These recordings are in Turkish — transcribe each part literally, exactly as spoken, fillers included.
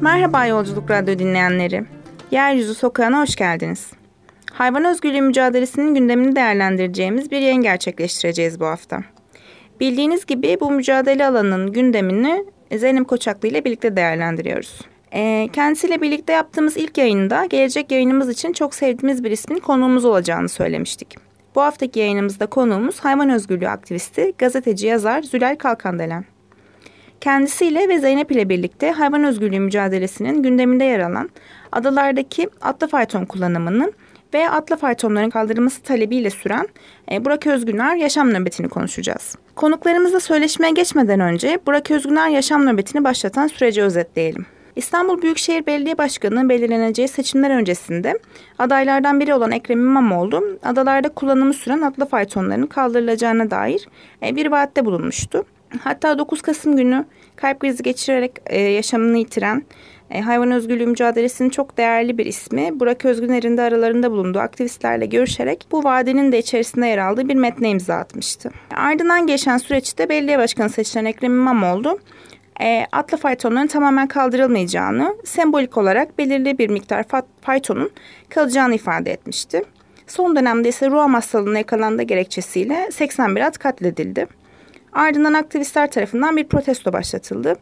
Merhaba Yolculuk Radyo dinleyenleri. Yeryüzü Sokağı'na hoş geldiniz. Hayvan özgürlüğü mücadelesinin gündemini değerlendireceğimiz bir yayın gerçekleştireceğiz bu hafta. Bildiğiniz gibi bu mücadele alanının gündemini Zeynep Koçaklı ile birlikte değerlendiriyoruz. E, kendisiyle birlikte yaptığımız ilk yayında gelecek yayınımız için çok sevdiğimiz bir ismin konuğumuz olacağını söylemiştik. Bu haftaki yayınımızda konuğumuz hayvan özgürlüğü aktivisti, gazeteci yazar Zülal Kalkandelen. Kendisiyle ve Zeynep ile birlikte hayvan özgürlüğü mücadelesinin gündeminde yer alan adalardaki atlı fayton kullanımının ve atlı faytonların kaldırılması talebiyle süren e, Burak Özgüner yaşam nöbetini konuşacağız. Konuklarımızla söyleşmeye geçmeden önce Burak Özgüner yaşam nöbetini başlatan süreci özetleyelim. İstanbul Büyükşehir Belediye Başkanı'nın belirleneceği seçimler öncesinde adaylardan biri olan Ekrem İmamoğlu adalarda kullanımı süren atlı faytonların kaldırılacağına dair e, bir vaatte bulunmuştu. Hatta dokuz Kasım günü kalp krizi geçirerek e, yaşamını yitiren e, hayvan özgürlüğü mücadelesinin çok değerli bir ismi Burak Özgüner'in de aralarında bulunduğu aktivistlerle görüşerek bu vaadenin de içerisinde yer aldığı bir metne imza atmıştı. Ardından geçen süreçte belediye başkanı seçilen Ekrem İmamoğlu e, atlı faytonların tamamen kaldırılmayacağını, sembolik olarak belirli bir miktar faytonun kalacağını ifade etmişti. Son dönemde ise ruh hastalığına yakalandığı gerekçesiyle seksen bir at katledildi. Ardından aktivistler tarafından bir protesto başlatıldı.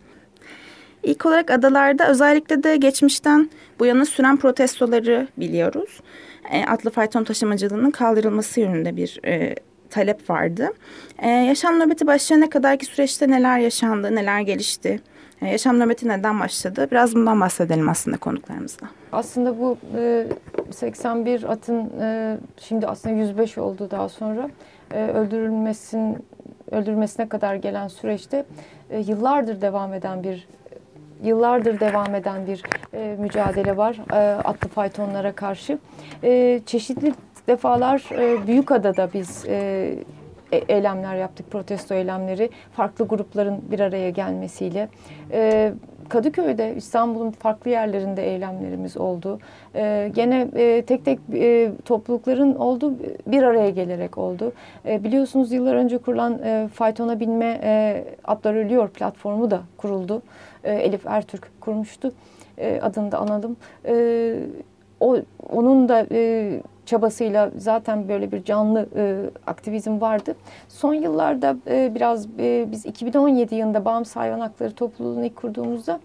İlk olarak adalarda özellikle de geçmişten bu yana süren protestoları biliyoruz. E, atlı fayton taşımacılığının kaldırılması yönünde bir e, talep vardı. E, yaşam nöbeti başlayana kadarki süreçte neler yaşandı, neler gelişti? E, yaşam nöbeti neden başladı? Biraz bundan bahsedelim aslında konuklarımızla. Aslında bu e, seksen bir atın e, şimdi aslında yüz beş oldu daha sonra e, öldürülmesin öldürülmesine kadar gelen süreçte e, yıllardır devam eden bir yıllardır devam eden bir e, mücadele var e, atlı faytonlara karşı. E, çeşitli defalar e, Büyükada'da biz e, eylemler yaptık, protesto eylemleri, farklı grupların bir araya gelmesiyle. E, Kadıköy'de, İstanbul'un farklı yerlerinde eylemlerimiz oldu. Ee, gene e, tek tek e, toplulukların oldu, bir araya gelerek oldu. E, biliyorsunuz yıllar önce kurulan e, faytona binme e, Atlar Ölüyor platformu da kuruldu. E, Elif Ertürk kurmuştu. E, adını da analım. E, o onun da e, çabasıyla zaten böyle bir canlı e, aktivizm vardı. Son yıllarda e, biraz e, biz iki bin on yedi yılında Bağımsız Hayvan Hakları Topluluğu'nu ilk kurduğumuzda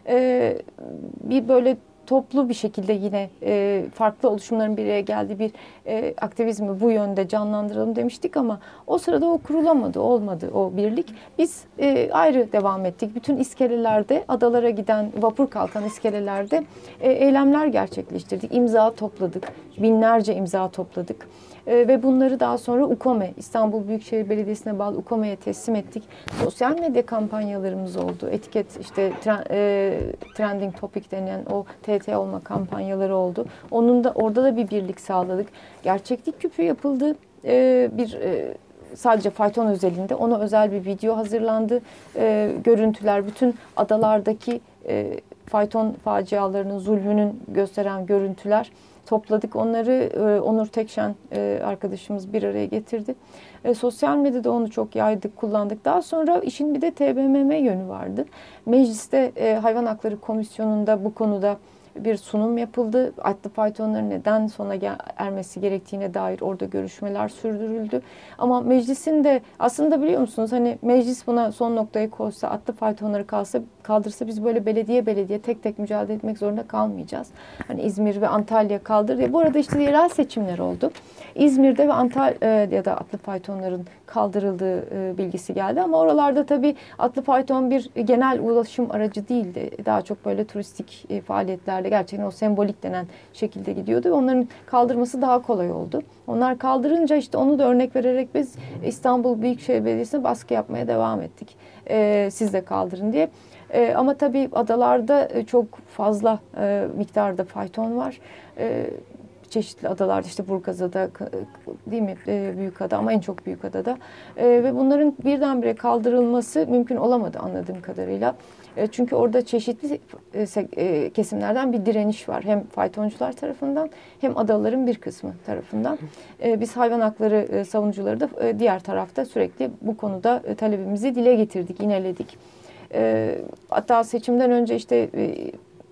e, bir böyle toplu bir şekilde yine e, farklı oluşumların bir araya geldiği bir e, aktivizmi bu yönde canlandıralım demiştik ama o sırada o kurulamadı, olmadı o birlik. Biz e, ayrı devam ettik. Bütün iskelelerde, adalara giden, vapur kalkan iskelelerde e, eylemler gerçekleştirdik. İmza topladık, binlerce imza topladık. E, ve bunları daha sonra UKOME, İstanbul Büyükşehir Belediyesi'ne bağlı UKOME'ye teslim ettik. Sosyal medya kampanyalarımız oldu. Etiket, işte tren, e, trending topic denen o T T olma kampanyaları oldu. Onun da orada da bir birlik sağladık. Gerçeklik küpü yapıldı. E, bir e, sadece fayton özelinde ona özel bir video hazırlandı. E, görüntüler, bütün adalardaki e, fayton facialarının, zulmünün gösteren görüntüler topladık. Onları e, Onur Tekşen e, arkadaşımız bir araya getirdi. E, sosyal medyada onu çok yaydık, kullandık. Daha sonra işin bir de T B M M yönü vardı. Mecliste e, Hayvan Hakları Komisyonu'nda bu konuda bir sunum yapıldı. Atlı faytonların neden sona ermesi gerektiğine dair orada görüşmeler sürdürüldü. Ama meclisin de aslında biliyor musunuz hani meclis buna son noktayı koysa, atlı faytonları kalsa, kaldırsa biz böyle belediye belediye tek tek mücadele etmek zorunda kalmayacağız. Hani İzmir ve Antalya kaldır diye. Bu arada işte yerel seçimler oldu. İzmir'de ve Antalya'da atlı faytonların kaldırıldığı bilgisi geldi. Ama oralarda tabii atlı fayton bir genel ulaşım aracı değildi. Daha çok böyle turistik faaliyetlerle gerçekten o sembolik denen şekilde gidiyordu. Onların kaldırması daha kolay oldu. Onlar kaldırınca işte onu da örnek vererek biz İstanbul Büyükşehir Belediyesi'ne baskı yapmaya devam ettik. Ee, siz de kaldırın diye. Ee, ama tabii adalarda çok fazla e, miktarda fayton var. Ee, çeşitli adalarda işte Burgazada değil mi e, Büyükada ama en çok Büyükada'da e, ve bunların birdenbire kaldırılması mümkün olamadı anladığım kadarıyla. E, çünkü orada çeşitli e, e, kesimlerden bir direniş var. Hem faytoncular tarafından hem adaların bir kısmı tarafından. E, biz hayvan hakları e, savunucuları da e, diğer tarafta sürekli bu konuda e, talebimizi dile getirdik, ineledik. E, hatta seçimden önce işte e,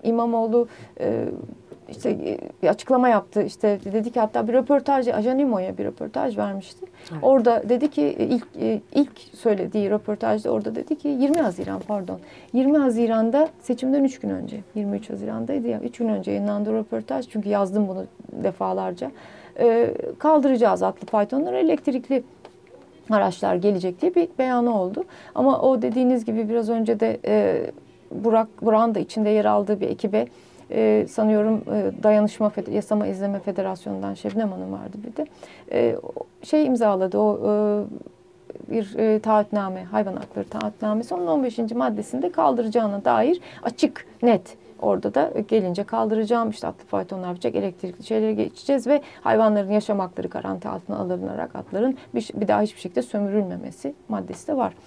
İmamoğlu e, işte bir açıklama yaptı. İşte dedi ki hatta bir röportaj, Ajan İmo'ya bir röportaj vermişti. Evet. Orada dedi ki ilk ilk söylediği röportajda orada dedi ki yirmi Haziran pardon. yirmi Haziran'da seçimden üç gün önce. yirmi üç Haziran'daydı ya. üç gün önce yayınlandı röportaj. Çünkü yazdım bunu defalarca. Ee, kaldıracağız atlı faytonları, elektrikli araçlar gelecek diye bir beyanı oldu. Ama o dediğiniz gibi biraz önce de e, Burak Burak'ın da içinde yer aldığı bir ekibe Ee, sanıyorum e, Dayanışma Yasama İzleme Federasyonu'ndan Şebnem Hanım vardı bir de. E, şey imzaladı o e, bir e, taahhütname, hayvan hakları taahhütnamesi. Onun on beşinci maddesinde kaldıracağına dair açık, net. Orada da gelince kaldıracağım, işte atlı faytonlar yapacak, elektrikli şeylere geçeceğiz ve hayvanların yaşam hakları garanti altına alınarak atların bir, bir daha hiçbir şekilde sömürülmemesi maddesi de var.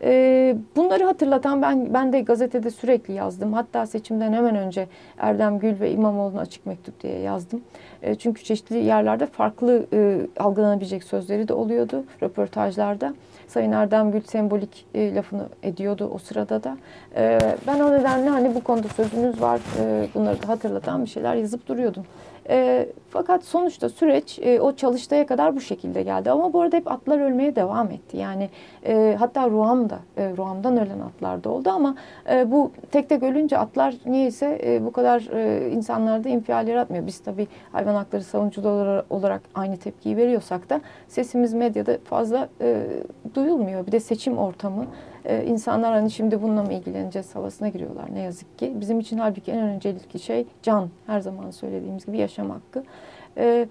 Bunları hatırlatan ben ben de gazetede sürekli yazdım. Hatta seçimden hemen önce Erdem Gül ve İmamoğlu'na açık mektup diye yazdım. Çünkü çeşitli yerlerde farklı algılanabilecek sözleri de oluyordu röportajlarda. Sayın Erdem Gül sembolik lafını ediyordu o sırada da. Ben o nedenle hani bu konuda sözünüz var, bunları da hatırlatan bir şeyler yazıp duruyordum. E, fakat sonuçta süreç e, o Çalıştay'a kadar bu şekilde geldi. Ama bu arada hep atlar ölmeye devam etti. Yani e, hatta Ruam'da, e, Ruam'dan ölen atlar da oldu ama e, bu tek tek ölünce atlar niyeyse e, bu kadar e, insanlarda infial yaratmıyor. Biz tabii hayvan hakları savunucuları olarak aynı tepkiyi veriyorsak da sesimiz medyada fazla e, duyulmuyor. Bir de seçim ortamı. Ee, insanlar hani şimdi bununla mı ilgileneceğiz havasına giriyorlar ne yazık ki. Bizim için halbuki en öncelikli şey can. Her zaman söylediğimiz gibi yaşam hakkı. Ee,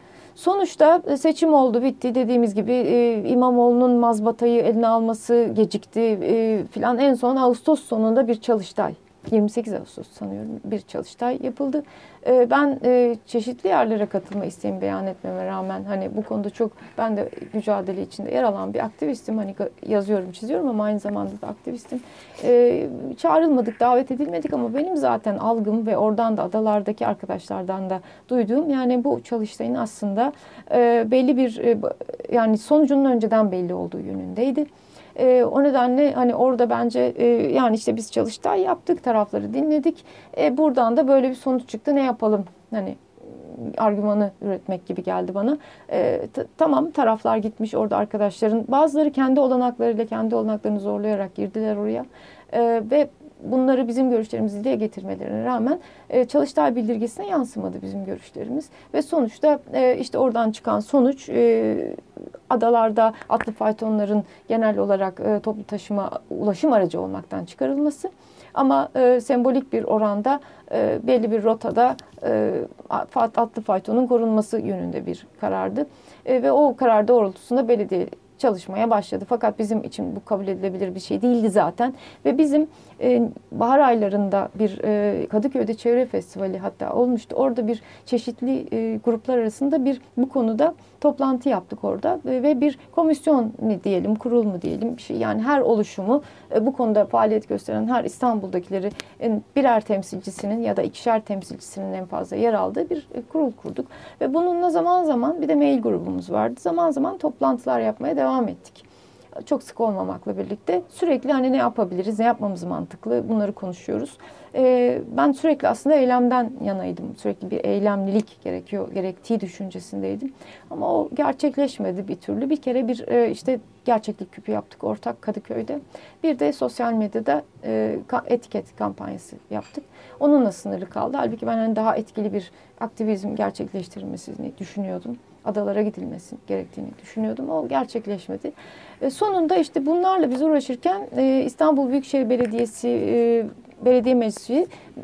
sonuçta seçim oldu, bitti. Dediğimiz gibi e, İmamoğlu'nun mazbatayı eline alması gecikti e, filan. En son Ağustos sonunda bir Çalıştay. yirmi sekiz Ağustos sanıyorum bir Çalıştay yapıldı. Ee, ben e, çeşitli yerlere katılma isteğimi beyan etmeme rağmen hani bu konuda çok ben de mücadele içinde yer alan bir aktivistim. Hani yazıyorum, çiziyorum ama aynı zamanda da aktivistim. Ee, çağrılmadık, davet edilmedik ama benim zaten algım ve oradan da adalardaki arkadaşlardan da duyduğum yani bu Çalıştay'ın aslında e, belli bir e, yani sonucunun önceden belli olduğu yönündeydi. E, o nedenle hani orada bence e, yani işte biz Çalıştay yaptık, tarafları dinledik. E, buradan da böyle bir sonuç çıktı. Ne yapalım? Hani argümanı üretmek gibi geldi bana. E, tamam taraflar gitmiş orada arkadaşların. Bazıları kendi olanaklarıyla kendi olanaklarını zorlayarak girdiler oraya. E, ve bunları bizim görüşlerimizi dile getirmelerine rağmen e, Çalıştay bildirgesine yansımadı bizim görüşlerimiz. Ve sonuçta e, işte oradan çıkan sonuç e, adalarda atlı faytonların genel olarak e, toplu taşıma ulaşım aracı olmaktan çıkarılması. Ama e, sembolik bir oranda e, belli bir rotada e, atlı faytonun korunması yönünde bir karardı. E, ve o karar doğrultusunda belediye çalışmaya başladı. Fakat bizim için bu kabul edilebilir bir şey değildi zaten. Ve bizim e, bahar aylarında bir e, Kadıköy'de Çevre Festivali hatta olmuştu. Orada bir çeşitli e, gruplar arasında bir bu konuda toplantı yaptık orada. E, ve bir komisyon mu diyelim, kurul mu diyelim bir şey. Yani her oluşumu e, bu konuda faaliyet gösteren her İstanbul'dakileri e, birer temsilcisinin ya da ikişer temsilcisinin en fazla yer aldığı bir e, kurul kurduk. Ve bununla zaman zaman bir de mail grubumuz vardı. Zaman zaman toplantılar yapmaya devam ettik. Çok sık olmamakla birlikte sürekli hani ne yapabiliriz, ne yapmamız mantıklı bunları konuşuyoruz. Ee, ben sürekli aslında eylemden yanaydım. Sürekli bir eylemlilik gerekiyor, gerektiği düşüncesindeydim. Ama o gerçekleşmedi bir türlü. Bir kere bir e, işte gerçeklik küpü yaptık ortak Kadıköy'de. Bir de sosyal medyada e, etiket kampanyası yaptık. Onunla sınırlı kaldı. Halbuki ben hani daha etkili bir aktivizm gerçekleştirilmesini düşünüyordum. Adalara gidilmesi gerektiğini düşünüyordum. O gerçekleşmedi. E, sonunda işte bunlarla biz uğraşırken e, İstanbul Büyükşehir Belediyesi e, Belediye Meclisi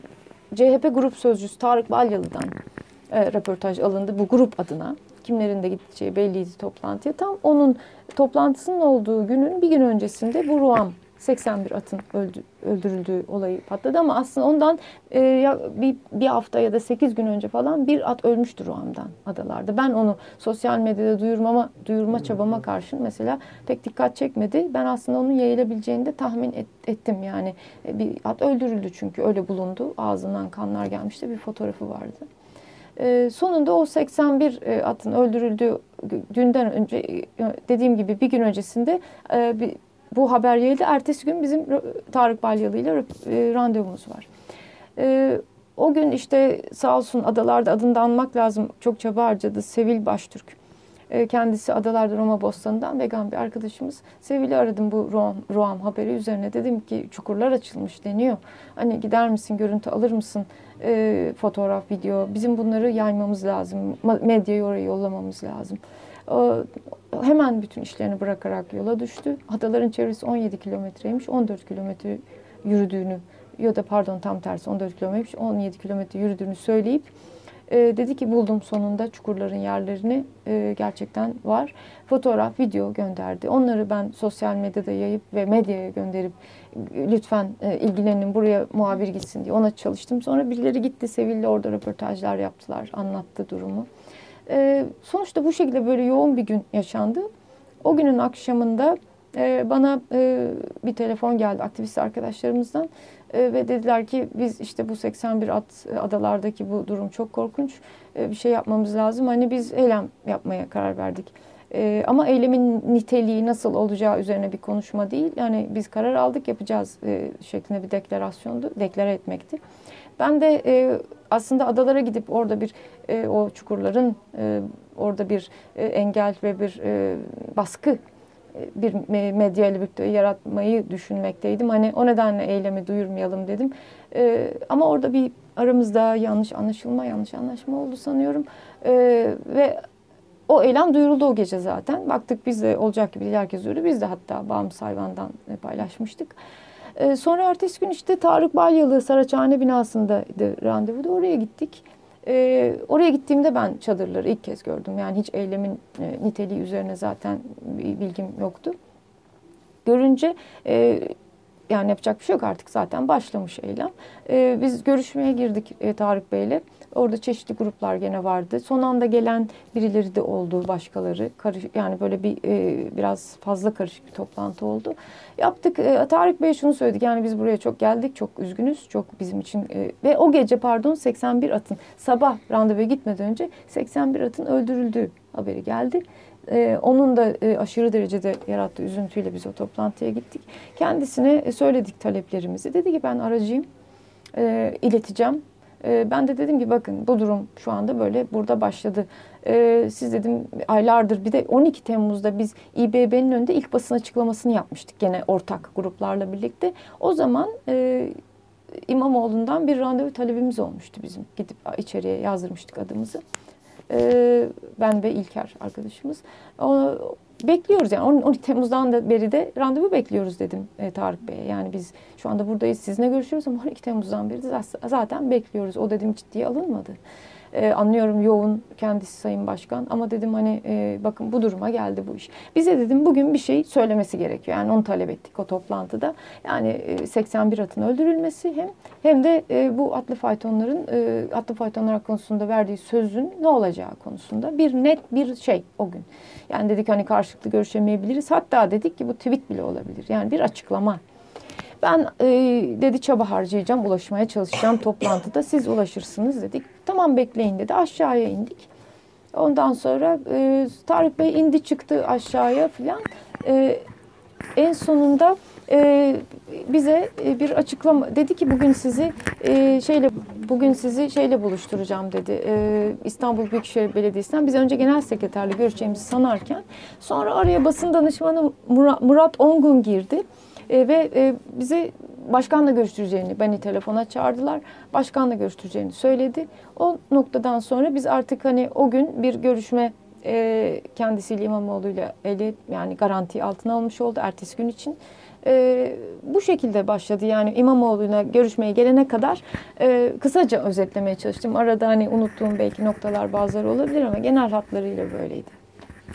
C H P Grup Sözcüsü Tarık Balyalı'dan e, röportaj alındı bu grup adına. Kimlerin de gideceği belliydi toplantıya. Tam onun toplantısının olduğu günün bir gün öncesinde bu Ruam seksen bir atın öldü, öldürüldüğü olayı patladı ama aslında ondan e, ya, bir, bir hafta ya da sekiz gün önce falan bir at ölmüştü Ruam'dan adalarda. Ben onu sosyal medyada duyurmama, duyurma çabama karşın mesela pek dikkat çekmedi. Ben aslında onun yayılabileceğini de tahmin et, ettim yani. E, bir at öldürüldü çünkü öyle bulundu. Ağzından kanlar gelmişti. Bir fotoğrafı vardı. E, sonunda o seksen bir e, atın öldürüldüğü günden önce e, dediğim gibi bir gün öncesinde e, bir bu haber yayıldı. Ertesi gün bizim Tarık Balyalı ile randevumuz var. Ee, o gün işte sağ olsun adalarda, adını da anmak lazım, çok çaba harcadı Sevil Baştürk. E, kendisi Adalarda Roma Bostanı'ndan vegan bir arkadaşımız. Sevil'i aradım bu Roam, Roam haberi üzerine. Dedim ki çukurlar açılmış deniyor. Hani gider misin, görüntü alır mısın? E, fotoğraf, video. Bizim bunları yaymamız lazım. Medyayı oraya yollamamız lazım. E, hemen bütün işlerini bırakarak yola düştü. Adaların çevresi on yedi kilometreymiş. on dört kilometre yürüdüğünü, ya da pardon tam tersi on dört kilometreymiş. on yedi kilometre yürüdüğünü söyleyip E, dedi ki buldum sonunda çukurların yerlerini, e, gerçekten var. Fotoğraf, video gönderdi. Onları ben sosyal medyada yayıp ve medyaya gönderip lütfen e, ilgilenin, buraya muhabir gitsin diye ona çalıştım. Sonra birileri gitti Sevil'le, orada röportajlar yaptılar, anlattı durumu. E, sonuçta bu şekilde böyle yoğun bir gün yaşandı. O günün akşamında e, bana e, bir telefon geldi aktivist arkadaşlarımızdan. E, ve dediler ki biz işte bu seksen bir at adalardaki bu durum çok korkunç. E, bir şey yapmamız lazım. Hani biz eylem yapmaya karar verdik. E, ama eylemin niteliği nasıl olacağı üzerine bir konuşma değil. Yani biz karar aldık, yapacağız e, şeklinde bir deklarasyondu. Deklare etmekti. Ben de e, aslında adalara gidip orada bir e, o çukurların e, orada bir e, engel ve bir e, baskı, bir medya ile birlikte yaratmayı düşünmekteydim. Hani o nedenle eylemi duyurmayalım dedim. Ee, ama orada bir aramızda yanlış anlaşılma, yanlış anlaşma oldu sanıyorum. Ee, ve o eylem duyuruldu o gece zaten. Baktık biz de olacak gibi değil, herkes duyurdu. Biz de hatta Bağımsız Hayvan'dan paylaşmıştık. Ee, sonra ertesi gün işte Tarık Balyalı Saraçhane binasındaydı randevuda. Oraya gittik. Ee, oraya gittiğimde ben çadırları ilk kez gördüm. Yani hiç eylemin e, niteliği üzerine zaten bir bilgim yoktu. Görünce e, yani yapacak bir şey yok, artık zaten başlamış eylem. E, biz görüşmeye girdik e, Tarık Bey'le. Orada çeşitli gruplar gene vardı. Son anda gelen birileri de oldu, başkaları. Karışık, yani böyle bir e, biraz fazla karışık bir toplantı oldu. Yaptık. E, Tarık Bey şunu söyledik. Yani biz buraya çok geldik, çok üzgünüz. Çok bizim için e, ve o gece pardon seksen bir atın sabah randevuya gitmeden önce seksen bir atın öldürüldüğü haberi geldi. Ee, onun da e, aşırı derecede yarattığı üzüntüyle biz o toplantıya gittik. Kendisine e, söyledik taleplerimizi. Dedi ki ben aracıyım, e, ileteceğim. E, ben de dedim ki bakın bu durum şu anda böyle burada başladı. E, siz dedim aylardır, bir de on iki Temmuz'da biz İ B B'nin önünde ilk basın açıklamasını yapmıştık gene ortak gruplarla birlikte. O zaman e, İmamoğlu'ndan bir randevu talebimiz olmuştu bizim. Gidip içeriye yazdırmıştık adımızı. Ee, ben ve İlker arkadaşımız. Onu bekliyoruz yani on iki Temmuz'dan da beri de randevu bekliyoruz dedim e, Tarık Bey'e. Yani biz şu anda buradayız, sizinle görüşüyoruz ama on iki Temmuz'dan beri de zaten bekliyoruz. O dedim ciddiye alınmadı. Ee, anlıyorum yoğun kendisi Sayın Başkan ama dedim hani e, bakın bu duruma geldi bu iş. Bize dedim bugün bir şey söylemesi gerekiyor. Yani onu talep ettik o toplantıda. Yani e, seksen bir atın öldürülmesi hem hem de e, bu atlı faytonların e, atlı faytonlar konusunda verdiği sözün ne olacağı konusunda bir net bir şey o gün. Yani dedik hani karşılıklı görüşemeyebiliriz. Hatta dedik ki bu tweet bile olabilir. Yani bir açıklama. Ben e, dedi çaba harcayacağım, ulaşmaya çalışacağım toplantıda. Siz ulaşırsınız dedik. Tamam bekleyin dedi. Aşağıya indik. Ondan sonra e, Tarık Bey indi çıktı aşağıya filan. E, en sonunda e, bize e, bir açıklama dedi ki bugün sizi e, şeyle bugün sizi şeyle buluşturacağım dedi. E, İstanbul Büyükşehir Belediyesi'nden biz önce genel sekreterle görüşeceğimizi sanarken sonra araya basın danışmanı Murat, Murat Ongun girdi. E, ve e, bizi başkanla görüştüreceğini, beni telefona çağırdılar. Başkanla görüştüreceğini söyledi. O noktadan sonra biz artık hani o gün bir görüşme e, kendisiyle İmamoğlu'yla eli yani garanti altına almış oldu ertesi gün için. E, bu şekilde başladı. Yani İmamoğlu'yla görüşmeye gelene kadar e, kısaca özetlemeye çalıştım. Arada hani unuttuğum belki noktalar bazıları olabilir ama genel hatlarıyla böyleydi.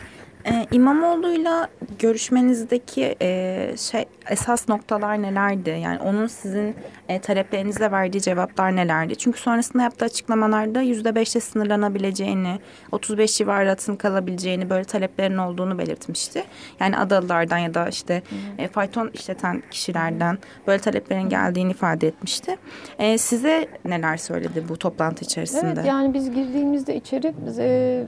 Ee, İmamoğlu'yla görüşmenizdeki e, şey esas noktalar nelerdi? Yani onun sizin e, taleplerinize verdiği cevaplar nelerdi? Çünkü sonrasında yaptığı açıklamalarda yüzde beşle sınırlanabileceğini, otuz beş civarı atın kalabileceğini, böyle taleplerin olduğunu belirtmişti. Yani Adalılardan ya da işte e, fayton işleten kişilerden böyle taleplerin geldiğini ifade etmişti. E, size neler söyledi bu toplantı içerisinde? Evet, yani biz girdiğimizde içeri e,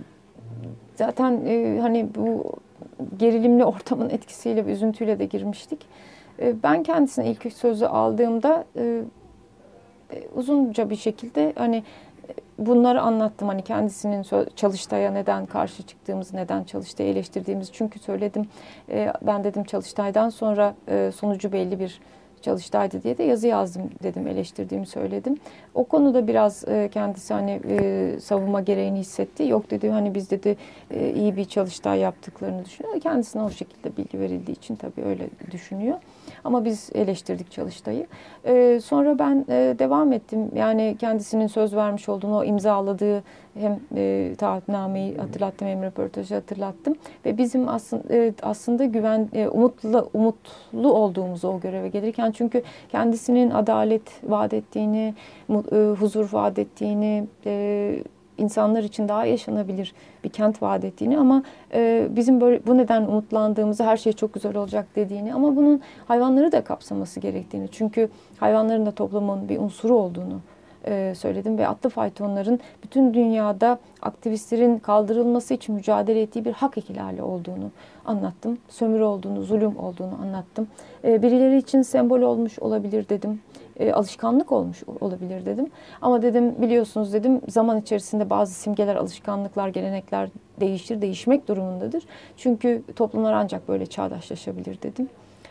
zaten e, hani bu gerilimli ortamın etkisiyle ve üzüntüyle de girmiştik. E, ben kendisine ilk sözü aldığımda e, uzunca bir şekilde hani bunları anlattım. Hani kendisinin Çalıştay'a neden karşı çıktığımızı, neden Çalıştay'ı eleştirdiğimizi. Çünkü söyledim. Ben dedim Çalıştay'dan sonra sonucu belli bir Çalıştay'dı diye de yazı yazdım dedim, eleştirdiğimi söyledim. O konuda biraz kendisi hani savunma gereğini hissetti. Yok dedi, hani biz dedi iyi bir Çalıştay yaptıklarını düşünüyor. Kendisine o şekilde bilgi verildiği için tabii öyle düşünüyor. Ama biz eleştirdik Çalıştay'ı. Sonra ben devam ettim. Yani kendisinin söz vermiş olduğunu, o imzaladığı hem e, taahhütnameyi hatırlattım, hem röportajı hatırlattım ve bizim aslında e, aslında güven e, umutlu umutlu olduğumuzu o göreve gelirken, çünkü kendisinin adalet vaat ettiğini, e, huzur vaat ettiğini, e, insanlar için daha yaşanabilir bir kent vaat ettiğini, ama e, bizim böyle bu neden umutlandığımızı, her şey çok güzel olacak dediğini, ama bunun hayvanları da kapsaması gerektiğini, çünkü hayvanların da toplumun bir unsuru olduğunu söyledim ve atlı faytonların bütün dünyada aktivistlerin kaldırılması için mücadele ettiği bir hak ihlali olduğunu anlattım. Sömürü olduğunu, zulüm olduğunu anlattım. Birileri için sembol olmuş olabilir dedim. Alışkanlık olmuş olabilir dedim. Ama dedim, biliyorsunuz dedim, zaman içerisinde bazı simgeler, alışkanlıklar, gelenekler değişir, değişmek durumundadır. Çünkü toplumlar ancak böyle çağdaşlaşabilir dedim.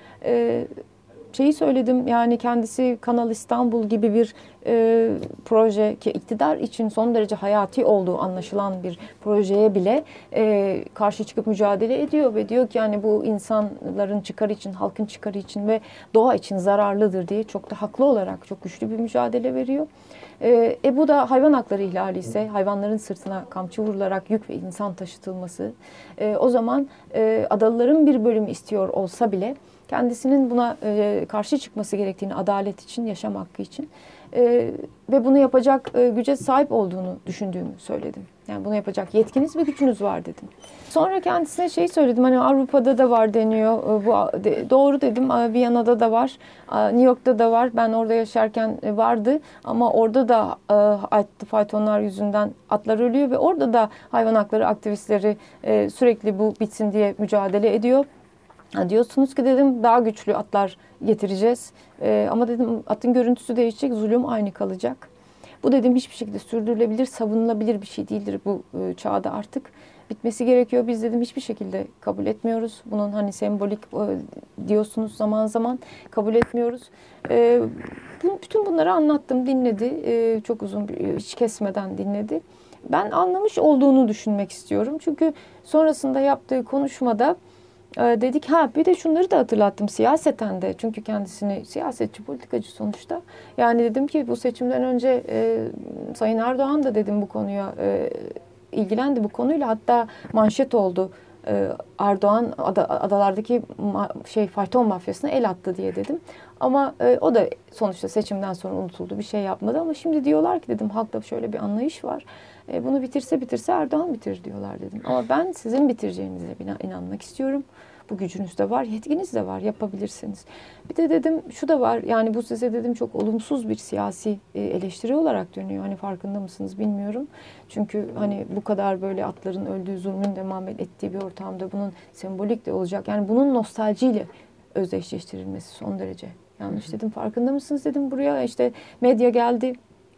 Şeyi söyledim, yani kendisi Kanal İstanbul gibi bir e, proje, ki iktidar için son derece hayati olduğu anlaşılan bir projeye bile e, karşı çıkıp mücadele ediyor ve diyor ki yani bu insanların çıkarı için, halkın çıkarı için ve doğa için zararlıdır diye çok da haklı olarak çok güçlü bir mücadele veriyor. E, e bu da hayvan hakları ihlali ise, hayvanların sırtına kamçı vurularak yük ve insan taşıtılması, e, o zaman e, adalıların bir bölümü istiyor olsa bile kendisinin buna e, karşı çıkması gerektiğini, adalet için, yaşam hakkı için e, ve bunu yapacak e, güce sahip olduğunu düşündüğümü söyledim. Yani bunu yapacak yetkiniz ve gücünüz var dedim. Sonra kendisine şey söyledim, hani Avrupa'da da var deniyor. E, bu de, doğru dedim, Viyana'da da var, New York'ta da var. Ben orada yaşarken vardı ama orada da e, atlı faytonlar yüzünden atlar ölüyor ve orada da hayvan hakları aktivistleri e, sürekli bu bitsin diye mücadele ediyor. Diyorsunuz ki dedim daha güçlü atlar getireceğiz. Ee, ama dedim atın görüntüsü değişecek, zulüm aynı kalacak. Bu dedim hiçbir şekilde sürdürülebilir, savunulabilir bir şey değildir bu e, çağda artık. Bitmesi gerekiyor. Biz dedim hiçbir şekilde kabul etmiyoruz. Bunun hani sembolik e, diyorsunuz zaman zaman, kabul etmiyoruz. E, bu, bütün bunları anlattım, dinledi. E, çok uzun, bir, hiç kesmeden dinledi. Ben anlamış olduğunu düşünmek istiyorum. Çünkü sonrasında yaptığı konuşmada dedik, ha bir de şunları da hatırlattım siyaseten de, çünkü kendisini siyasetçi, politikacı sonuçta. Yani dedim ki bu seçimden önce e, Sayın Erdoğan da dedim bu konuya e, ilgilendi bu konuyla, hatta manşet oldu. E, Erdoğan ada, adalardaki ma, şey fayton mafyasına el attı diye dedim. Ama e, o da sonuçta seçimden sonra unutuldu, bir şey yapmadı. Ama şimdi diyorlar ki dedim, halkta şöyle bir anlayış var. E, bunu bitirse bitirse Erdoğan bitirir diyorlar dedim. Ama ben sizin bitireceğinize inanmak istiyorum. Bu gücünüz de var, yetkiniz de var, yapabilirsiniz. Bir de dedim şu da var, yani bu size dedim çok olumsuz bir siyasi eleştiri olarak dönüyor. Hani farkında mısınız bilmiyorum. Çünkü hani bu kadar böyle atların öldüğü, zulmün devam ettiği bir ortamda bunun sembolik de olacak. Yani bunun nostaljiyle özdeşleştirilmesi son derece yanlış dedim. Farkında mısınız dedim, buraya işte medya geldi.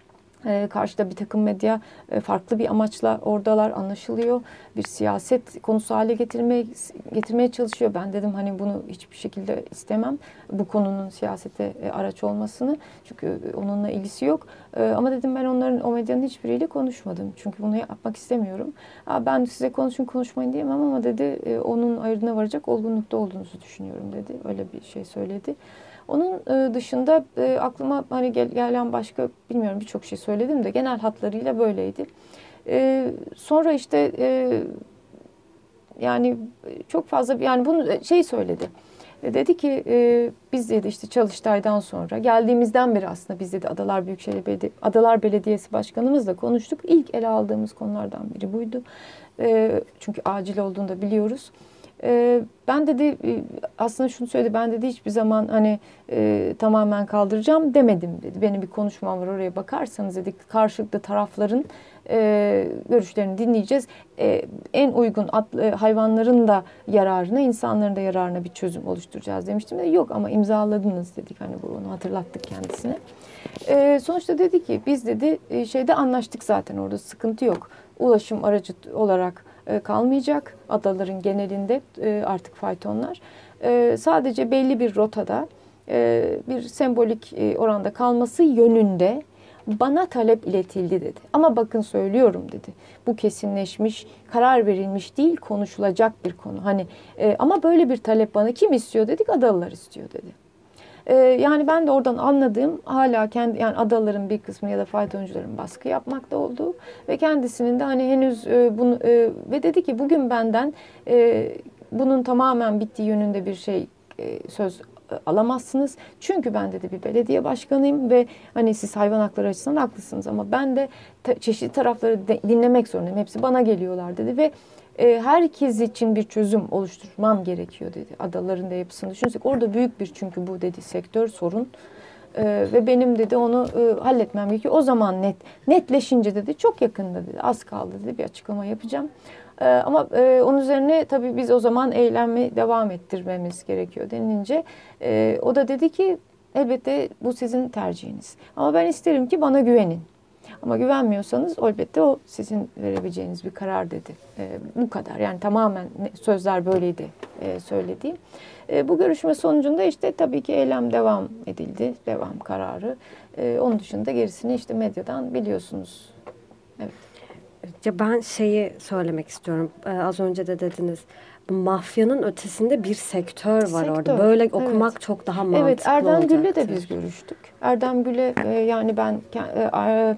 Ee, karşıda bir takım medya e, farklı bir amaçla oradalar, anlaşılıyor. Bir siyaset konusu hale getirmeye, getirmeye çalışıyor. Ben dedim hani bunu hiçbir şekilde istemem. Bu konunun siyasete e, araç olmasını. Çünkü onunla ilgisi yok. E, ama dedim ben onların, o medyanın hiçbiriyle konuşmadım. Çünkü bunu yapmak istemiyorum. Ha, ben size konuşun konuşmayın diyemem ama dedi e, onun ayrına varacak olgunlukta olduğunuzu düşünüyorum dedi. Öyle bir şey söyledi. Onun dışında aklıma hani gelen başka, bilmiyorum, birçok şey söyledim de genel hatlarıyla böyleydi. Sonra işte yani çok fazla, yani bunu şey söyledi. Dedi ki biz dedi işte Çalıştay'dan sonra geldiğimizden beri aslında biz dedi Adalar Büyükşehir Belediye, Adalar Belediyesi Başkanımızla konuştuk. İlk ele aldığımız konulardan biri buydu. Çünkü acil olduğunu da biliyoruz. E, ben dedi aslında şunu söyledi, ben dedi hiçbir zaman hani e, tamamen kaldıracağım demedim dedi. Benim bir konuşmam var, oraya bakarsanız dedi karşılıklı tarafların e, görüşlerini dinleyeceğiz. E, en uygun at, e, hayvanların da yararına, insanların da yararına bir çözüm oluşturacağız demiştim. De, yok ama imzaladınız dedik, hani bunu hatırlattık kendisine. E, sonuçta dedi ki biz dedi e, şeyde anlaştık zaten, orada sıkıntı yok. Ulaşım aracı olarak e, kalmayacak adaların genelinde e, artık faytonlar. E, sadece belli bir rotada e, bir sembolik e, oranda kalması yönünde bana talep iletildi dedi. Ama bakın söylüyorum dedi. Bu kesinleşmiş, karar verilmiş değil, konuşulacak bir konu. Hani e, ama böyle bir talep bana kim istiyor dedik, adalılar istiyor dedi. Ee, yani ben de oradan anladığım hala kendi, yani adaların bir kısmı ya da faytoncuların baskı yapmakta olduğu ve kendisinin de hani henüz e, bunu e, ve dedi ki bugün benden e, bunun tamamen bittiği yönünde bir şey e, söz alamazsınız. Çünkü ben dedi bir belediye başkanıyım ve hani siz hayvan hakları açısından haklısınız ama ben de ta, çeşitli tarafları de, dinlemek zorundayım. Hepsi bana geliyorlar dedi ve e, herkes için bir çözüm oluşturmam gerekiyor dedi. Adaların da yapısını düşünsek orada büyük bir, çünkü bu dedi sektör sorun. Ee, ve benim dedi onu e, halletmem gerekiyor. O zaman net netleşince dedi çok yakında dedi, az kaldı dedi, bir açıklama yapacağım. Ee, ama e, onun üzerine tabii biz o zaman eylemi devam ettirmemiz gerekiyor denilince e, o da dedi ki elbette bu sizin tercihiniz. Ama ben isterim ki bana güvenin. Ama güvenmiyorsanız elbette o sizin verebileceğiniz bir karar dedi. E, bu kadar. Yani tamamen sözler böyleydi e, söylediğim. E, bu görüşme sonucunda işte tabii ki eylem devam edildi. Devam kararı. E, onun dışında gerisini işte medyadan biliyorsunuz. Evet. Ya ben şeyi söylemek istiyorum. Ee, az önce de dediniz. Bu mafyanın ötesinde bir sektör var sektör, orada. Böyle okumak evet. Çok daha mantıklı evet, Erdem olacaktır. Gül'le de biz görüştük. Erdem Gül'e e, yani ben e, e,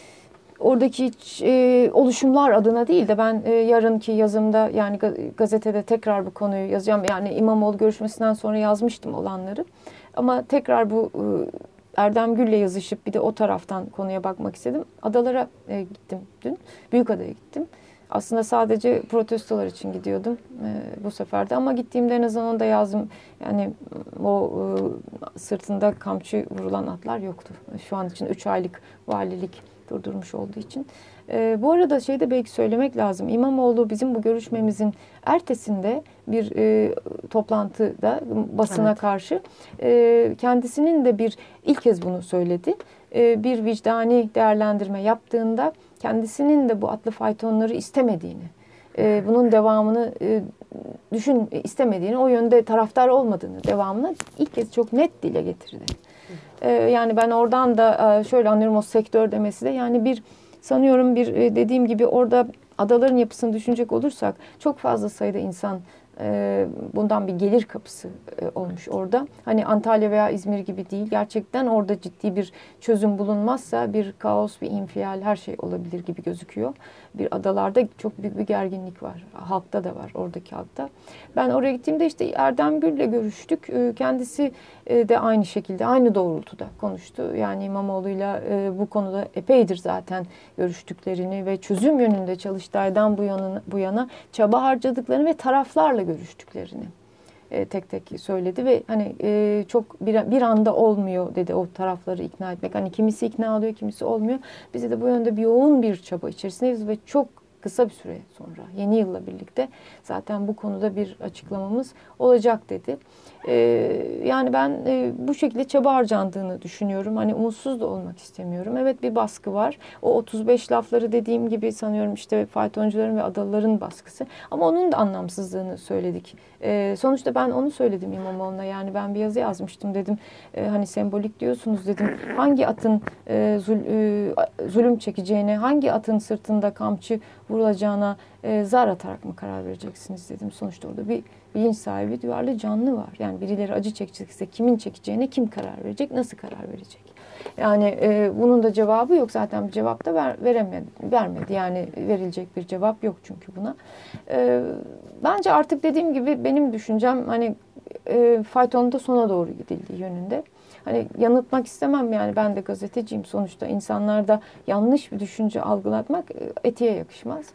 oradaki e, oluşumlar adına değil de ben e, yarınki yazımda yani gazetede tekrar bu konuyu yazacağım. Yani İmamoğlu görüşmesinden sonra yazmıştım olanları. Ama tekrar bu e, Erdem Gül'le yazışıp bir de o taraftan konuya bakmak istedim. Adalara e, gittim dün. Büyükada'ya gittim. Aslında sadece protestolar için gidiyordum e, bu seferde ama gittiğimde en azından onu da yazdım. Yani o e, sırtında kamçı vurulan atlar yoktu. Şu an için üç aylık valilik durdurmuş olduğu için. E, bu arada şey de belki söylemek lazım. İmamoğlu bizim bu görüşmemizin ertesinde bir e, toplantıda basına evet. karşı e, kendisinin de bir ilk kez bunu söyledi. E, bir vicdani değerlendirme yaptığında kendisinin de bu atlı faytonları istemediğini, e, bunun devamını e, düşün istemediğini, o yönde taraftar olmadığını, devamını ilk kez çok net dile getirdi. E, yani ben oradan da e, şöyle anlıyorum, o sektör demesi de yani bir sanıyorum bir e, dediğim gibi orada adaların yapısını düşünecek olursak çok fazla sayıda insan e, bundan bir gelir kapısı e, olmuş orada. Hani Antalya veya İzmir gibi değil. Gerçekten orada ciddi bir çözüm bulunmazsa bir kaos, bir infial, her şey olabilir gibi gözüküyor. Bir adalarda çok büyük bir gerginlik var. Halkta da var, oradaki halkta. Ben oraya gittiğimde işte Erdem Gül'le görüştük. E, kendisi e, de aynı şekilde, aynı doğrultuda konuştu. Yani İmamoğlu'yla e, bu konuda epeydir zaten görüştüklerini ve çözüm yönünde Çalıştay'dan bu yana, bu yana çaba harcadıklarını ve taraflarla görüştüklerini e, tek tek söyledi ve hani e, çok bir, bir anda olmuyor dedi o tarafları ikna etmek. Hani kimisi ikna oluyor, kimisi olmuyor. Biz de bu yönde bir yoğun bir çaba içerisindeyiz ve çok kısa bir süre sonra yeni yılla birlikte zaten bu konuda bir açıklamamız olacak dedi. Ee, yani ben e, bu şekilde çaba harcandığını düşünüyorum. Hani umutsuz da olmak istemiyorum. Evet, bir baskı var. O otuz beş lafları dediğim gibi sanıyorum işte faytoncuların ve adalıların baskısı. Ama onun da anlamsızlığını söyledik. Ee, sonuçta ben onu söyledim İmamoğlu'na. Yani ben bir yazı yazmıştım dedim. E, hani sembolik diyorsunuz dedim. Hangi atın e, zul, e, zulüm çekeceğine, hangi atın sırtında kamçı vurulacağına e, zar atarak mı karar vereceksiniz dedim. Sonuçta orada bir bilinç sahibi, duyarlı canlı var. Yani birileri acı çekecekse kimin çekeceğine kim karar verecek, nasıl karar verecek? Yani e, bunun da cevabı yok. Zaten bir cevap da ver, veremedi, vermedi. Yani verilecek bir cevap yok çünkü buna. E, bence artık dediğim gibi benim düşüncem hani e, faytonda sona doğru gidildiği yönünde. Hani yanıltmak istemem, yani ben de gazeteciyim sonuçta. İnsanlarda yanlış bir düşünce algılatmak etiğe yakışmaz.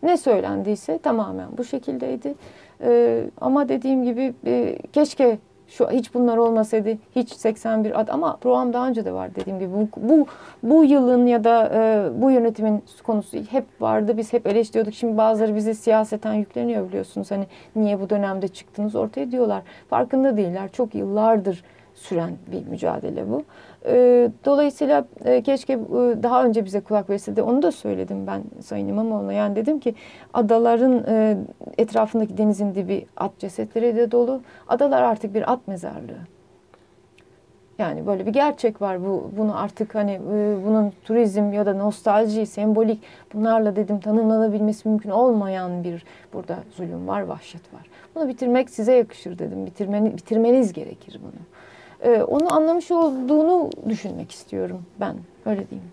Ne söylendiyse tamamen bu şekildeydi. E, ama dediğim gibi e, keşke şu hiç bunlar olmasaydı, hiç seksen bir ad ama program daha önce de var dediğim gibi. Bu bu, bu yılın ya da e, bu yönetimin konusu hep vardı. Biz hep eleştiriyorduk. Şimdi bazıları bize siyaseten yükleniyor biliyorsunuz. Hani niye bu dönemde çıktınız ortaya diyorlar. Farkında değiller. Çok yıllardır süren bir mücadele bu. E, dolayısıyla e, keşke e, daha önce bize kulak verirse de onu da söyledim ben Sayın İmamoğlu'na. Yani dedim ki adaların e, etrafındaki denizin dibi at cesetleri de dolu. Adalar artık bir at mezarlığı. Yani böyle bir gerçek var. Bu bunu artık hani e, bunun turizm ya da nostalji, sembolik bunlarla dedim tanımlanabilmesi mümkün olmayan bir burada zulüm var, vahşet var. Bunu bitirmek size yakışır dedim. Bitirmeni, bitirmeniz gerekir bunu. Ee, onu anlamış olduğunu düşünmek istiyorum ben. Öyle diyeyim.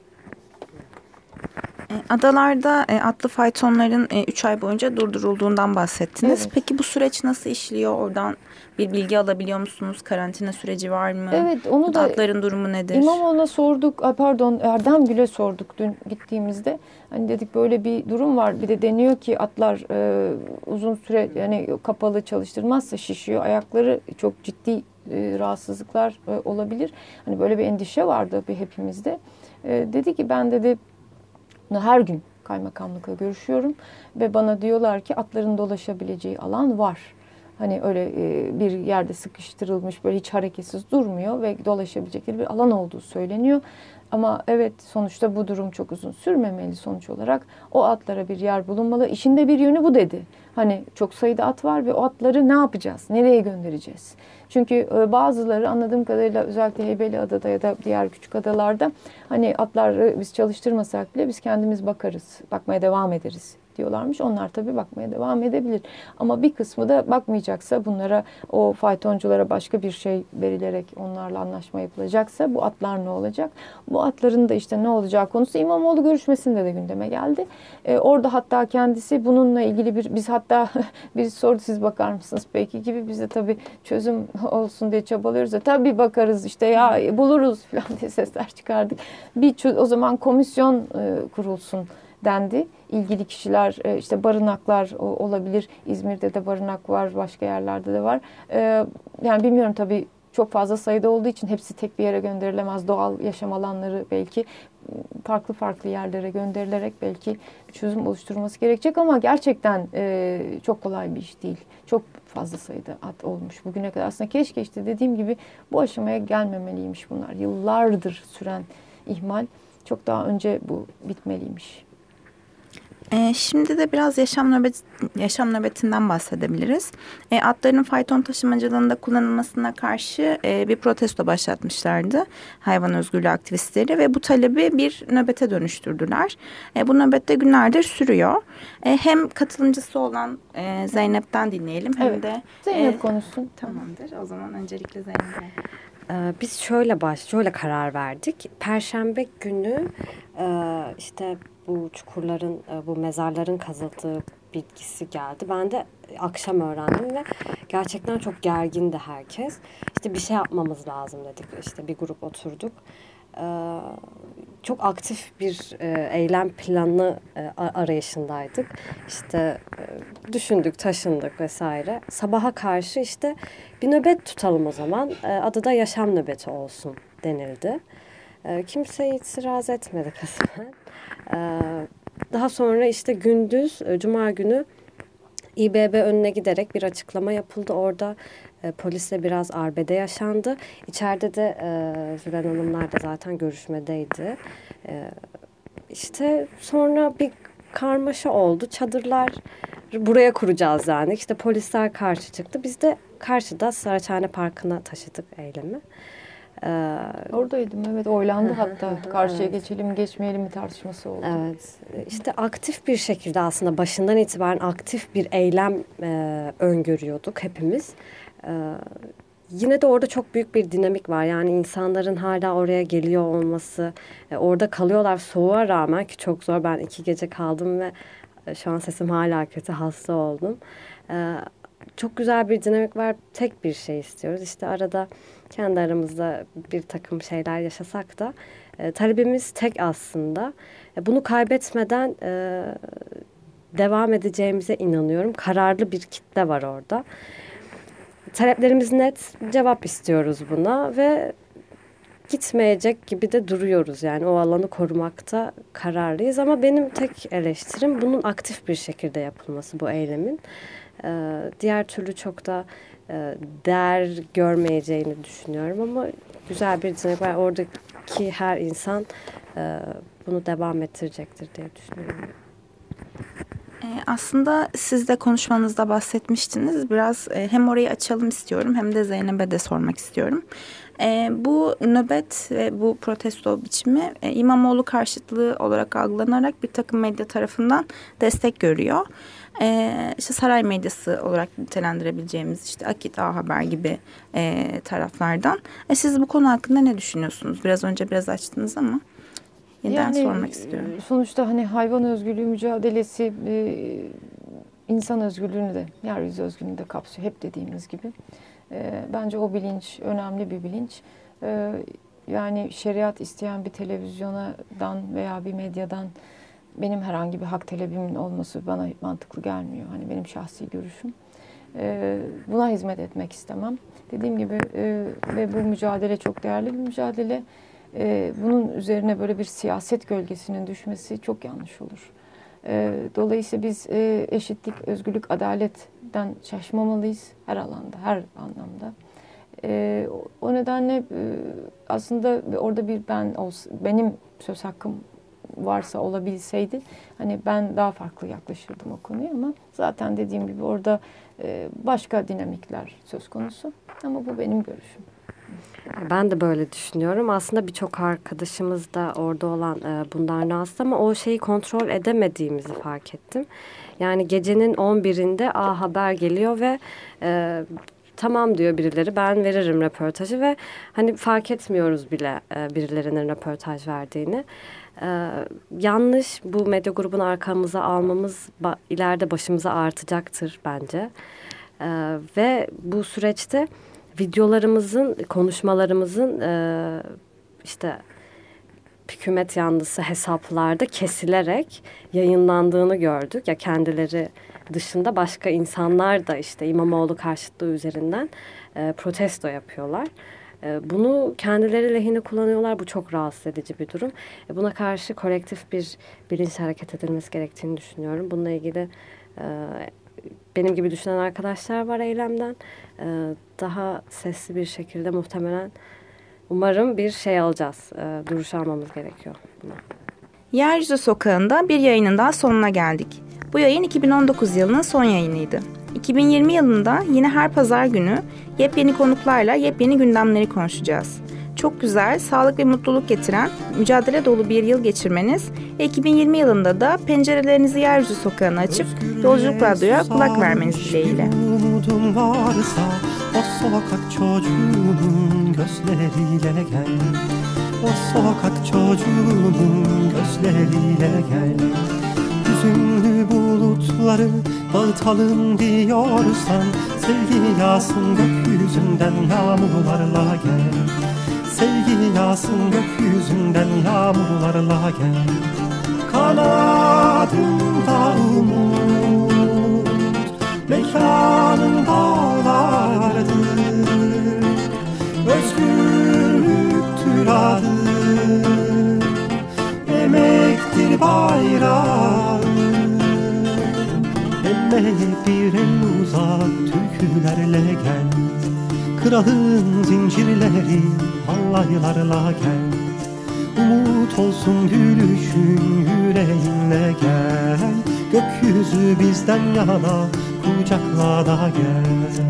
Adalarda e, atlı faytonların üç ay boyunca durdurulduğundan bahsettiniz. Evet. Peki bu süreç nasıl işliyor? Oradan bir bilgi alabiliyor musunuz? Karantina süreci var mı? Evet, onu da atların durumu nedir? İmamoğlu'na sorduk. Pardon, Erdemgül'e sorduk dün gittiğimizde. Hani dedik böyle bir durum var. Bir de deniyor ki atlar e, uzun süre yani kapalı çalıştırmazsa şişiyor. Ayakları çok ciddi e, rahatsızlıklar e, olabilir. Hani böyle bir endişe vardı bir hepimizde. E, dedi ki ben dedi her gün kaymakamlıkla görüşüyorum ve bana diyorlar ki atların dolaşabileceği alan var. Hani öyle bir yerde sıkıştırılmış böyle hiç hareketsiz durmuyor ve dolaşabilecekleri bir alan olduğu söyleniyor. Ama evet sonuçta bu durum çok uzun sürmemeli sonuç olarak. O atlara bir yer bulunmalı. İşin de bir yönü bu dedi. Hani çok sayıda at var ve o atları ne yapacağız? Nereye göndereceğiz? Çünkü bazıları anladığım kadarıyla özellikle Heybeliada'da ya da diğer küçük adalarda hani atları biz çalıştırmasak bile biz kendimiz bakarız, bakmaya devam ederiz diyorlarmış. Onlar tabii bakmaya devam edebilir. Ama bir kısmı da bakmayacaksa bunlara o faytonculara başka bir şey verilerek onlarla anlaşma yapılacaksa bu atlar ne olacak? Bu atların da işte ne olacağı konusu İmamoğlu görüşmesinde de gündeme geldi. Ee, orada hatta kendisi bununla ilgili bir biz hatta birisi sordu siz bakar mısınız peki gibi biz de tabii çözüm olsun diye çabalıyoruz da tabii bakarız işte ya buluruz falan diye sesler çıkardık. Bir o zaman komisyon e, kurulsun dendi. İlgili kişiler işte barınaklar olabilir. İzmir'de de barınak var, başka yerlerde de var. Yani bilmiyorum tabii çok fazla sayıda olduğu için hepsi tek bir yere gönderilemez. Doğal yaşam alanları belki farklı farklı yerlere gönderilerek belki bir çözüm oluşturulması gerekecek ama gerçekten çok kolay bir iş değil. Çok fazla sayıda at olmuş bugüne kadar. Aslında keşke işte dediğim gibi bu aşamaya gelmemeliymiş bunlar. Yıllardır süren ihmal çok daha önce bu bitmeliymiş. E, şimdi de biraz yaşam nöbet yaşam nöbetinden bahsedebiliriz. E, atların fayton taşımacılığında kullanılmasına karşı e, bir protesto başlatmışlardı hayvan özgürlüğü aktivistleri ve bu talebi bir nöbete dönüştürdüler. E, bu nöbette günlerdir sürüyor. E, hem katılımcısı olan e, Zeynep'ten dinleyelim hem evet. de Zeynep e, konuşsun. Tamamdır. O zaman öncelikle Zeynep'e. Biz şöyle baş, şöyle karar verdik. Perşembe günü işte bu çukurların, bu mezarların kazıldığı bilgisi geldi. Ben de akşam öğrendim ve gerçekten çok gergindi herkes. İşte bir şey yapmamız lazım dedik. İşte bir grup oturduk. Çok aktif bir eylem planı arayışındaydık. İşte düşündük, taşındık vesaire. Sabaha karşı işte bir nöbet tutalım o zaman. Adı da yaşam nöbeti olsun denildi. Kimse itiraz etmedi kısmen. Daha sonra işte gündüz, Cuma günü İ B B önüne giderek bir açıklama yapıldı. Orada e, polisle biraz arbede yaşandı. İçeride de e, Zülen Hanımlar da zaten görüşmedeydi. E, işte sonra bir karmaşa oldu. Çadırlar buraya kuracağız yani. İşte polisler karşı çıktı. Biz de karşıda Saraçhane Parkı'na taşıdık eylemi. Ee, Oradaydım evet oylandı hatta karşıya evet. geçelim geçmeyelim mi tartışması oldu. Evet işte aktif bir şekilde aslında başından itibaren aktif bir eylem e, öngörüyorduk hepimiz. E, yine de orada çok büyük bir dinamik var yani insanların hala oraya geliyor olması e, orada kalıyorlar soğuğa rağmen ki çok zor ben iki gece kaldım ve e, şu an sesim hala kötü hasta oldum. E, çok güzel bir dinamik var tek bir şey istiyoruz işte arada kendi aramızda bir takım şeyler yaşasak da e, talebimiz tek aslında. E, bunu kaybetmeden e, devam edeceğimize inanıyorum. Kararlı bir kitle var orada. Taleplerimiz net, cevap istiyoruz buna ve gitmeyecek gibi de duruyoruz. Yani o alanı korumakta kararlıyız ama benim tek eleştirim bunun aktif bir şekilde yapılması, bu eylemin. Ee, diğer türlü çok da e, değer görmeyeceğini düşünüyorum ama güzel bir dinamik var. Oradaki her insan e, bunu devam ettirecektir diye düşünüyorum. Aslında siz de konuşmanızda bahsetmiştiniz. Biraz hem orayı açalım istiyorum hem de Zeynep'e de sormak istiyorum. Bu nöbet ve bu protesto biçimi İmamoğlu karşıtlığı olarak algılanarak bir takım medya tarafından destek görüyor. İşte saray medyası olarak nitelendirebileceğimiz işte Akit, A Haber gibi taraflardan. Siz bu konu hakkında ne düşünüyorsunuz? Biraz önce biraz açtınız ama yeniden yani, sormak istiyorum. Sonuçta hani hayvan özgürlüğü mücadelesi e, insan özgürlüğünü de, yeryüzü özgürlüğünü de kapsıyor. Hep dediğimiz gibi. E, bence o bilinç önemli bir bilinç. E, yani şeriat isteyen bir televizyondan veya bir medyadan benim herhangi bir hak talebimin olması bana mantıklı gelmiyor. Hani benim şahsi görüşüm. E, buna hizmet etmek istemem. Dediğim gibi e, ve bu mücadele çok değerli bir mücadele. Ee, bunun üzerine böyle bir siyaset gölgesinin düşmesi çok yanlış olur. Ee, dolayısıyla biz e, eşitlik, özgürlük, adaletten şaşmamalıyız her alanda, her anlamda. Ee, o nedenle e, aslında orada bir ben olsa, benim söz hakkım varsa olabilseydi, hani ben daha farklı yaklaşırdım o konuya ama zaten dediğim gibi orada e, başka dinamikler söz konusu. Ama bu benim görüşüm. Ben de böyle düşünüyorum. Aslında birçok arkadaşımız da orada olan e, bundan rahatsız ama o şeyi kontrol edemediğimizi fark ettim. Yani gecenin on birinde A Haber geliyor ve e, tamam diyor birileri, ben veririm röportajı ve hani fark etmiyoruz bile e, birilerinin röportaj verdiğini. E, yanlış, bu medya grubunu arkamıza almamız ba- ileride başımıza artacaktır bence. E, ve bu süreçte videolarımızın, konuşmalarımızın e, işte hükümet yanlısı hesaplarda kesilerek yayınlandığını gördük. Ya kendileri dışında başka insanlar da işte İmamoğlu karşıtlığı üzerinden e, protesto yapıyorlar. E, bunu kendileri lehine kullanıyorlar. Bu çok rahatsız edici bir durum. E, buna karşı kolektif bir bilinç hareket edilmesi gerektiğini düşünüyorum. Bununla ilgili e, benim gibi düşünen arkadaşlar var eylemden. Ee, daha sesli bir şekilde muhtemelen umarım bir şey alacağız. Ee, duruş almamız gerekiyor buna. Yeryüzü Sokağı'nda bir yayının daha sonuna geldik. Bu yayın iki bin on dokuz yılının son yayınıydı. iki bin yirmi yılında yine her pazar günü yepyeni konuklarla yepyeni gündemleri konuşacağız. Çok güzel, sağlık ve mutluluk getiren, mücadele dolu bir yıl geçirmeniz ve iki bin yirmi yılında da pencerelerinizi Yeryüzü Sokağı'na açıp Yolculuk Radyo'ya kulak vermeniz dileğiyle. Umudun varsa o sokak çocuğunun gözleriyle gel. O sokak çocuğunun gözleriyle gel. Hüzünlü bulutları dağıtalım diyorsan, sevgi yağsın gökyüzünden yağmurlarla gel. Sevgi yağsın gökyüzünden yağmurlarla gel. Kanadında umut, mekanın dağlardır. Özgürlüktür adı, emektir bayrağı. Emeğe bir el uzat, türkülerle gel. Kralın zincirleri halaylarla gel. Umut olsun gülüşün yüreğinle gel. Gökyüzü bizden yana, kucakla da gel.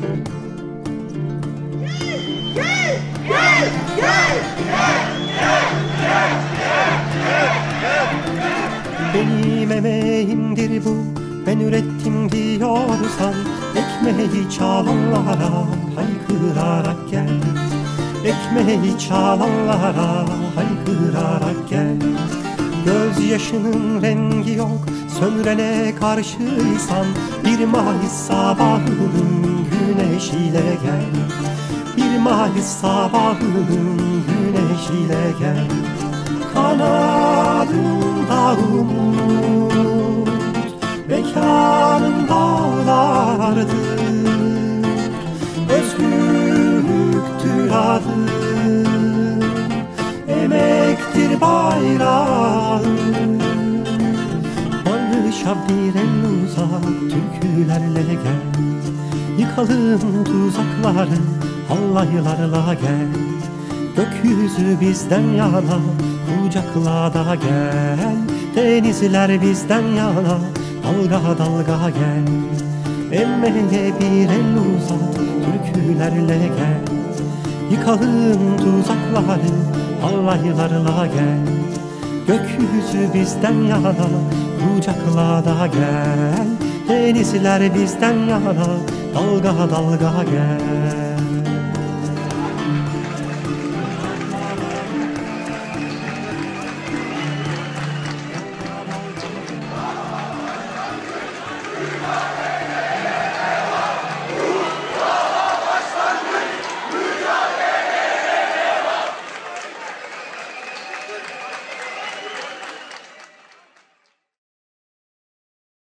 Gel, gel, gel, gel, gel, gel, gel, gel, gel. Benim emeğimdir bu, ben ürettim diyorsan, ekmeği çalanlara haykırarak gel. Ekmeği çalanlara haykırarak gel. Gözyaşının rengi yok, sömürene karşıysan, bir Mayıs sabahının güneşiyle gel. Bir Mayıs sabahının güneşiyle gel. Kanadında umut, mekanım dağlardır, özgürlüktür adım, emektir bayrağım. Barışa bir el uzat, türkülerle gel, yıkalım tuzakları, halaylarla gel. Gökyüzü bizden yana, kucakla da gel. Denizler bizden yana, dalga dalga gel. Emmeye bir el uzat, türkülerle gel, yıkalım tuzakları, halaylarla gel. Gökyüzü bizden yana, kucakla da gel. Denizler bizden yana, dalga dalga gel.